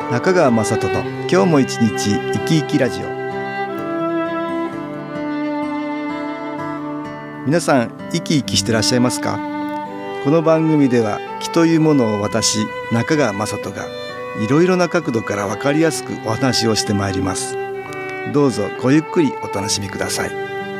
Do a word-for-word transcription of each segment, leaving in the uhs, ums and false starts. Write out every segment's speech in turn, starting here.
中川雅人の今日も一日生き生きラジオ。皆さん生き生きしてらっしゃいますか？この番組では気というものを私中川雅人がいろいろな角度から分かりやすくお話をしてまいります。どうぞごゆっくりお楽しみください。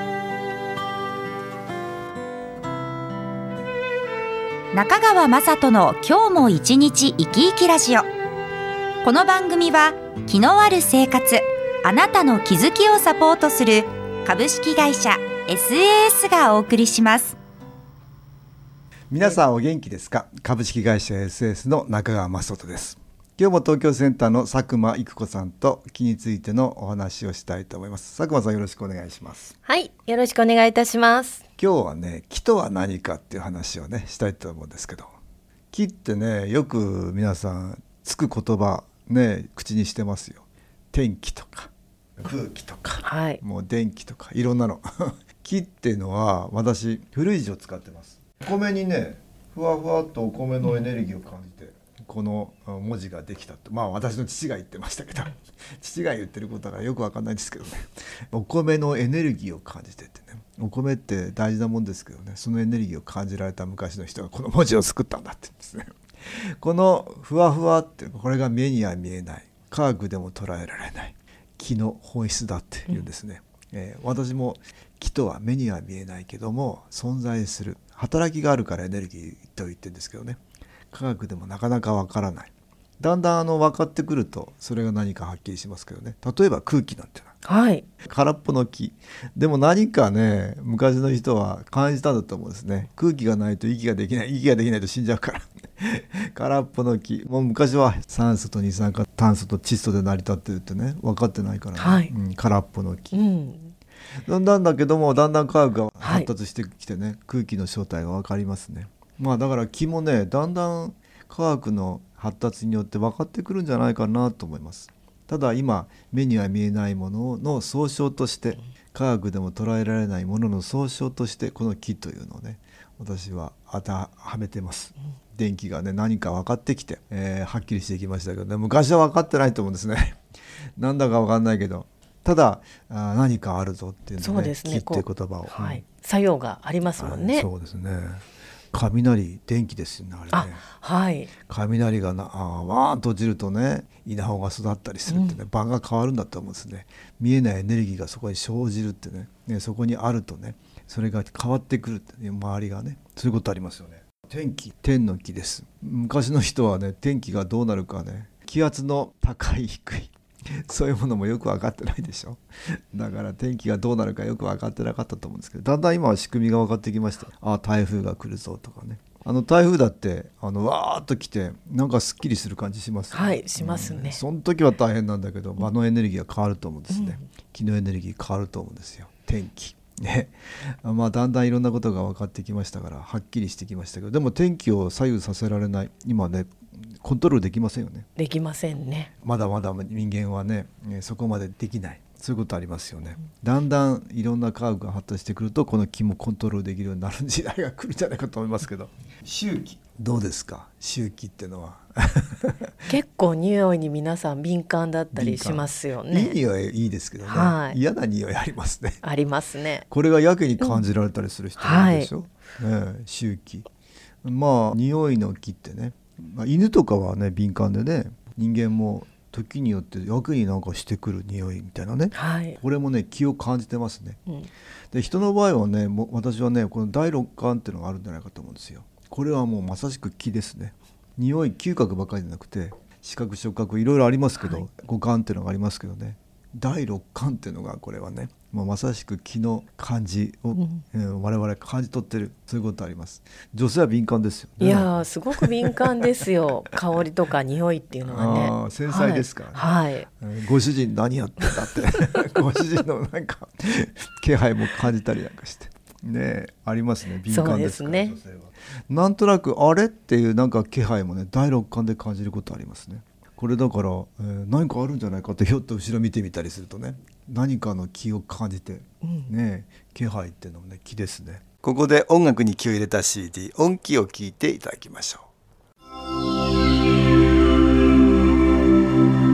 中川雅人の今日も一日生き生きラジオ。この番組は気のある生活、あなたの気づきをサポートする株式会社 エスエーエス がお送りします。 皆さんお元気ですか？株式会社 エスエーエス の中川雅人です。今日も東京センターの佐久間育子さんと気についてのお話をしたいと思います。佐久間さん、よろしくお願いします。 はい、よろしくお願いいたします。 今日はね、気とは何かっていう話をねしたいと思うんですけど、気ってね、よく皆さんつく言葉ね口にしてますよ。天気とか空気とか、はい、もう電気とかいろんなの気っていうのは私古い字を使ってます。お米にねふわふわっとお米のエネルギーを感じて、この文字ができたと、まあ私の父が言ってましたけど父が言ってることがよく分かんないんですけどね、お米のエネルギーを感じてってね、お米って大事なもんですけどね、そのエネルギーを感じられた昔の人がこの文字を作ったんだって言うんですね。このふわふわって、これが目には見えない、科学でも捉えられない気の本質だっていうんですね、うんえー、私も気とは目には見えないけども存在する働きがあるからエネルギーと言ってるんですけどね、科学でもなかなかわからない。だんだんあの分かってくるとそれが何かはっきりしますけどね。例えば空気なんてのは、はい、空っぽの気でも何かね、昔の人は感じたんだと思うんですね。空気がないと息ができない、息ができないと死んじゃうから空っぽの気、もう昔は酸素と二酸化炭素と窒素で成り立ってるってね分かってないから、ねはいうん、空っぽの気、うん、だんだんだけどもだんだん科学が発達してきてね、はい、空気の正体が分かりますね。まあだから気もね、だんだん科学の発達によって分かってくるんじゃないかなと思います。ただ今目には見えないものの総称として、科学でも捉えられないものの総称としてこの気というのをね、私は当てはめてます。電気がね何か分かってきて、えー、はっきりしてきましたけどね、昔は分かってないと思うんですねなんだか分かんないけど、ただあ何かあるぞっていうのね、そうですね、気っていう言葉を、 はい、作用がありますもんね、 はい、そうですね。雷、電気ですよね、あれね。あ、はい、雷がなあわーんと落ちるとね、稲穂が育ったりするってね、うん、場が変わるんだと思うんですね。見えないエネルギーがそこに生じるってね、ねそこにあるとね、それが変わってくるって、ね、周りがね、そういうことありますよね。天気、天の気です。昔の人はね、天気がどうなるかね、気圧の高い低いそういうものもよく分かってないでしょ。だから天気がどうなるかよく分かってなかったと思うんですけど、だんだん今は仕組みが分かってきました。ああ台風が来るぞとかね、あの台風だってあのわーっと来てなんかすっきりする感じします、ね、 はいしますね、 うん、その時は大変なんだけど、場のエネルギーが変わると思うんですね、うん、気のエネルギー変わると思うんですよ、天気ね、まあだんだんいろんなことが分かってきましたからはっきりしてきましたけど、でも天気を左右させられない今ね、コントロールできませんよね。 できませんね。 まだまだ人間はね、そこまでできない、そういうことありますよね、うん、だんだんいろんな科学が発達してくるとこの気もコントロールできるようになる時代が来るんじゃないかと思いますけど周期どうですか？周期ってのは結構匂いに皆さん敏感だったりしますよね。 いい匂いいいですけどね、はい、嫌な匂いありますね。 ありますね。 これがやけに感じられたりする人いるでしょ、うんはいね、周期、まあ匂いの気ってね、まあ、犬とかはね敏感でね、人間も時によってやけになんかしてくる匂いみたいなね、はい、これもね気を感じてますね、うん、で人の場合はね、も私はねこの第六感っていうのがあるんじゃないかと思うんですよ。これはもうまさしく気ですね。匂い嗅覚ばかりじゃなくて視覚触覚いろいろありますけど、はい、五感っていうのがありますけどね、第六感っていうのがこれはね、もうまさしく気の感じを、うんえー、我々感じ取ってる、そういうことあります。女性は敏感ですよね。 いやすごく敏感ですよ香りとか匂いっていうのはね、 あ繊細ですからね、 はいはい、 ご主人何やってんだってご主人のなんか気配も感じたりなんかしてね、ありますね。敏感ですから、ね、女性はなんとなくあれっていうなんか気配もね第六感で感じることありますね。これだから、えー、何かあるんじゃないかってひょっと後ろ見てみたりするとね、何かの気を感じて、うんね、気配っていうのもね気ですね。ここで音楽に気を入れた シーディー 音気を聞いていただきましょう。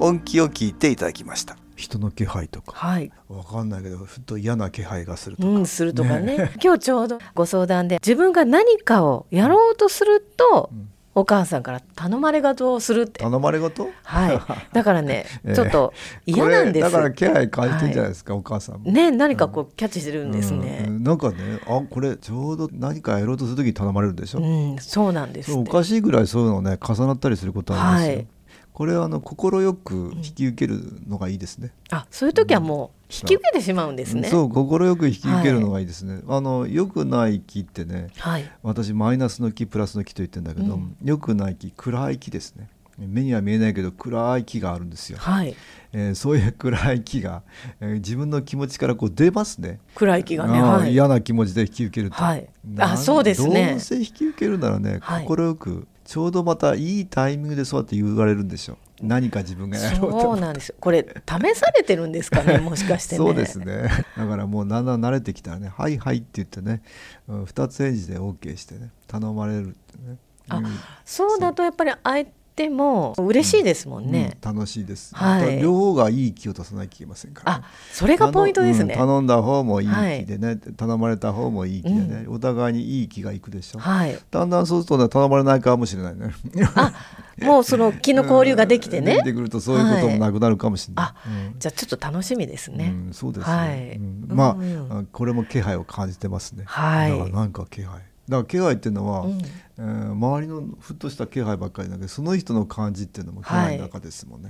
音気を聞いていただきました。人の気配とか、 はい、 わかんないけどふと嫌な気配がするとか、 うん、するとか ね, ね今日ちょうどご相談で自分が何かをやろうとすると、うん、お母さんから頼まれ事をするって。 頼まれ事、 はい、だからねちょっと嫌なんです、 えー、だから気配感じてるんじゃないですか、はい、お母さんもね、何かこうキャッチしてるんですね、 うんうん、なんかね、あこれちょうど何かやろうとするときに頼まれるでしょ、 うん、そうなんです、ね、 おかしいぐらいそういうのね重なったりすることありますよ、はい、これはあの心よく引き受けるのがいいですね、 うん、あそういう時はもう引き受けてしまうんですね、 うん、そう心よく引き受けるのがいいですね、はい、あの良くない気ってね、はい、私マイナスの気プラスの気と言ってるんだけど、うん、良くない気暗い気ですね。目には見えないけど暗い気があるんですよ、はい、えー、そういう暗い気が、えー、自分の気持ちからこう出ますね。 暗い気がね、はい、 嫌な気持ちで引き受けると、はい、 あそうですね。 どうせ引き受けるならね、はい、心よくちょうどまたいいタイミングでそうやって言われるんでしょう。何か自分がやろうと。 そうなんですよ。これ試されてるんですかねもしかしてね。 そうですね。だからもうだんだん慣れてきたらねはいはいって言ってね、うん、ふたつ返事で OK してね頼まれるってね。 あ、そうだとやっぱり相手でも嬉しいですもんね、 うんうん、楽しいです、 はい、 両方がいい気を出さなきゃいけませんから、 ね、あそれがポイントですね、 うん、頼んだ方もいい気でね、はい、頼まれた方もいい気でね、うん、お互いにいい気がいくでしょ、はい、だんだんそうするとね頼まれないかもしれないねあもうその気の交流ができてね、 できてくるとそういうこともなくなるかもしれない、 はい、あ、うん、じゃあちょっと楽しみですね、 うん、そうですね、はい、うん、まあ、うん、これも気配を感じてますね、はい、だからなんか気配だから気配っていうのは、うんえー、周りのふっとした気配ばっかりだけどその人の感じっていうのも気配の中ですもんね、はい、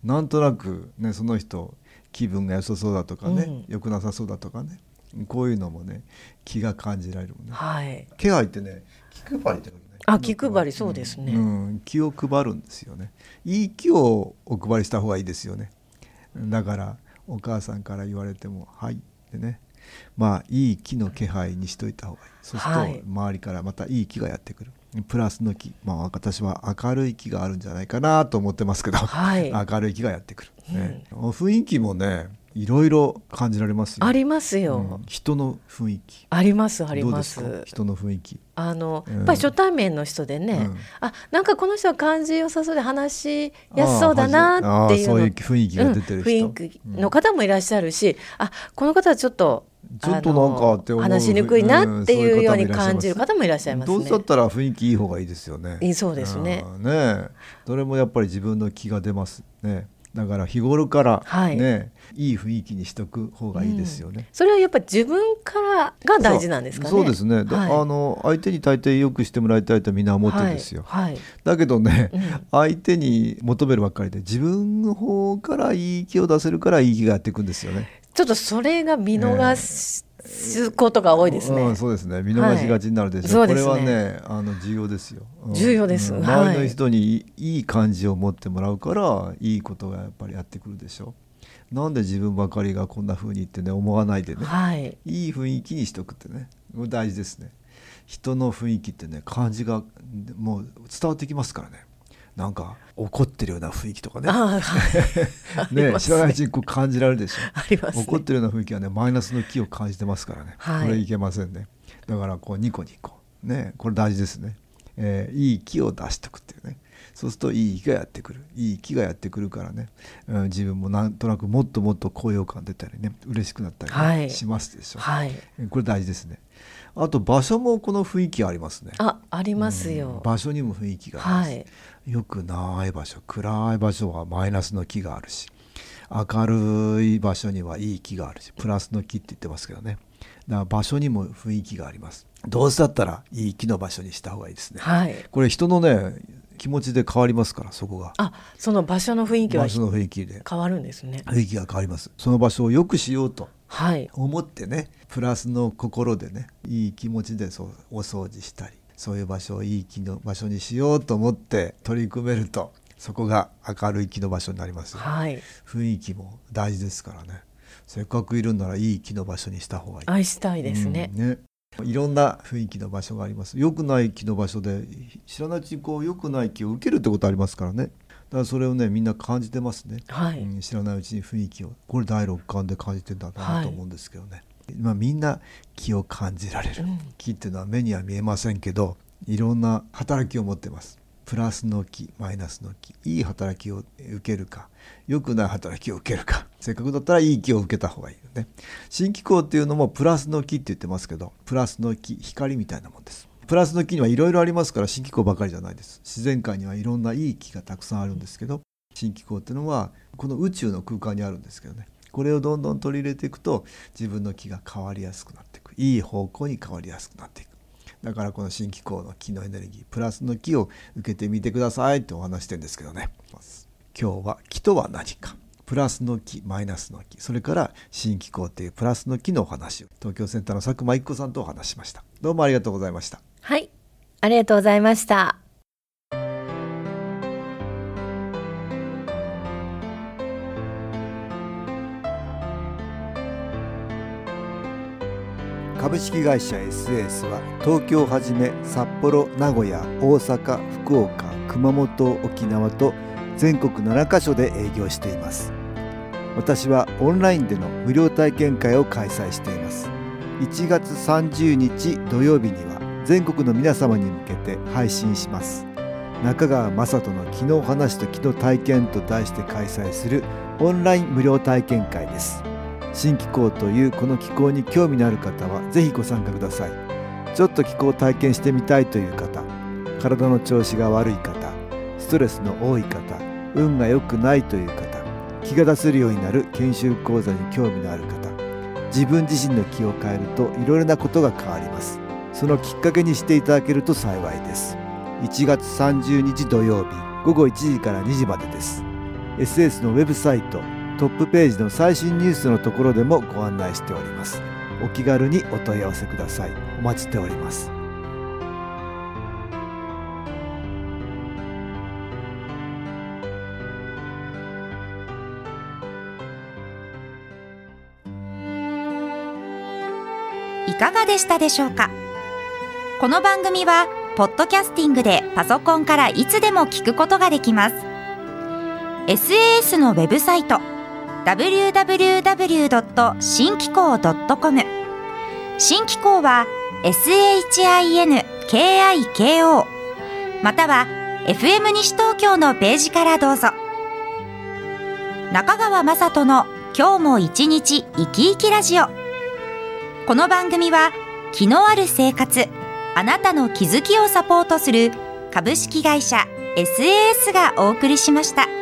なんとなく、ね、その人気分が良さそうだとかね、うん、良くなさそうだとかねこういうのもね気が感じられるもんね、はい、気配ってね気配りってことね。 あ気配りそうですね、 うんうん、気を配るんですよね。いい気をお配りした方がいいですよね。だからお母さんから言われてもはいってねまあいい気の気配にしといた方がいい。そうすると周りからまたいい気がやってくる、はい、プラスの気、まあ、私は明るい気があるんじゃないかなと思ってますけど、はい、明るい気がやってくる、ねうん、雰囲気もねいろいろ感じられますよ。 ありますよ、うん、 人の雰囲気ありますあります。 どうですか人の雰囲気。 あの、うん、やっぱり初対面の人でね、うん、あなんかこの人は感じ良さそうで話しやすそうだなっていうの、 そういう雰囲気が出てる人、 うん、雰囲気の方もいらっしゃるし、うん、あこの方はちょっとちょっとなんかって思う話しにくいなっていうように感じる方もいらっしゃいますね。 どうせだったら雰囲気いい方がいいですよね。 いいそうですね。 ねどれもやっぱり自分の気が出ますね。だから日頃からね、はい、いい雰囲気にしとく方がいいですよね、うん、 それはやっぱり自分からが大事なんですかね。 そうですね、はい、あの相手に大抵よくしてもらいたいとみんな思ってるんですよ、はいはい、だけどね、うん、相手に求めるばっかりで自分の方からいい気を出せるからいい気がやっていくんですよね。 ちょっとそれが見逃し、えーすることが多いですね、 うん、そうですね見逃しがちになるでしょう、はい、これはねあの重要ですよ、 うん、重要です、うん、 周りの人にいい感じを持ってもらうからいいことがやっぱりやってくるでしょう。なんで自分ばかりがこんな風に言ってね思わないでね、はい、いい雰囲気にしとくってね大事ですね。人の雰囲気ってね感じがもう伝わってきますからね。なんか怒ってるような雰囲気とかね、はいね知らないうちにこう感じられるでしょあります、ね、怒ってるような雰囲気はねマイナスの気を感じてますからね、はい、これいけませんね。だからこうニコニコねこれ大事ですね、えー、いい気を出しておくっていうね。そうするといい気がやってくるいい気がやってくるからね、うん、自分もなんとなくもっともっと高揚感出たりね嬉しくなったり、ねはい、しますでしょ、はい、これ大事ですね。あと場所もこの雰囲気ありますね。 あ、ありますよ、 うん、場所にも雰囲気があります、はい、よくない場所暗い場所はマイナスの気があるし明るい場所にはいい気があるしプラスの気って言ってますけどね。だから場所にも雰囲気があります。どうせだったらいい気の場所にした方がいいですね、はい、これ人のね気持ちで変わりますからそこが。あ、 その場所の雰囲気は場所の雰囲気で変わるんですね。 雰囲気が変わります。その場所を良くしようと思ってね、はい、プラスの心でねいい気持ちでそうお掃除したりそういう場所をいい気の場所にしようと思って取り組めるとそこが明るい気の場所になりますよ、はい、雰囲気も大事ですからね。せっかくいるんならいい気の場所にした方がいい。 愛したいですね、 うん、ねいろんな雰囲気の場所があります。良くない気の場所で知らないうちにこう良くない気を受けるってことありますからね。だからそれをねみんな感じてますね、はいうん、知らないうちに雰囲気をこれだいろっかんで感じてんだなと思うんですけどね、はいまあ、みんな気を感じられる、うん、気っていうのは目には見えませんけどいろんな働きを持ってます。 プラスの気マイナスの気、いい働きを受けるか良くない働きを受けるか、せっかくだったらいい気を受けた方がいいよね。新気候っていうのもプラスの気って言ってますけど、プラスの気、光みたいなもんです。プラスの気にはいろいろありますから、新気候ばかりじゃないです。自然界にはいろんないい気がたくさんあるんですけど、新気候っていうのはこの宇宙の空間にあるんですけどね、これをどんどん取り入れていくと自分の気が変わりやすくなっていく、いい方向に変わりやすくなっていく。だからこの新気候の気のエネルギー、プラスの気を受けてみてくださいってお話してるんですけどね。今日は気とは何か、プラスの気マイナスの気、それから新気候っていうプラスの気のお話を東京センターの佐久間一子さんとお話しました。どうもありがとうございました。 はい、ありがとうございました。 株式会社 エスエーエス は東京をはじめ札幌、名古屋、大阪、福岡、熊本、沖縄と全国ななカ所で営業しています。私はオンラインでの無料体験会を開催しています。いちがつさんじゅうにち土曜日には全国の皆様に向けて配信します。中川雅人の気の話と気の体験と題して開催するオンライン無料体験会です。新気候というこの気候に興味のある方はぜひご参加ください。ちょっと気候を体験してみたいという方、体の調子が悪い方、ストレスの多い方、運が良くないという方、気が出せるようになる研修講座に興味のある方、自分自身の気を変えるといろいろなことが変わります。そのきっかけにしていただけると幸いです。いちがつさんじゅうにち土曜日ごごいちじからにじまでです。 エスエス のウェブサイトトップページの最新ニュースのところでもご案内しております。お気軽にお問い合わせください。お待ちしております。 いかがでしたでしょうか。この番組はポッドキャスティングでパソコンからいつでも聞くことができます。 エスエーエス のウェブサイトダブリューダブリューダブリュードットシンキコードットコム、 新気候は エスエイチアイエヌケーアイケーオー または エフエム 西東京のページからどうぞ。中川雅人の今日も一日生き生きラジオ。この番組は気のある生活、あなたの気づきをサポートする株式会社 エスエーエス がお送りしました。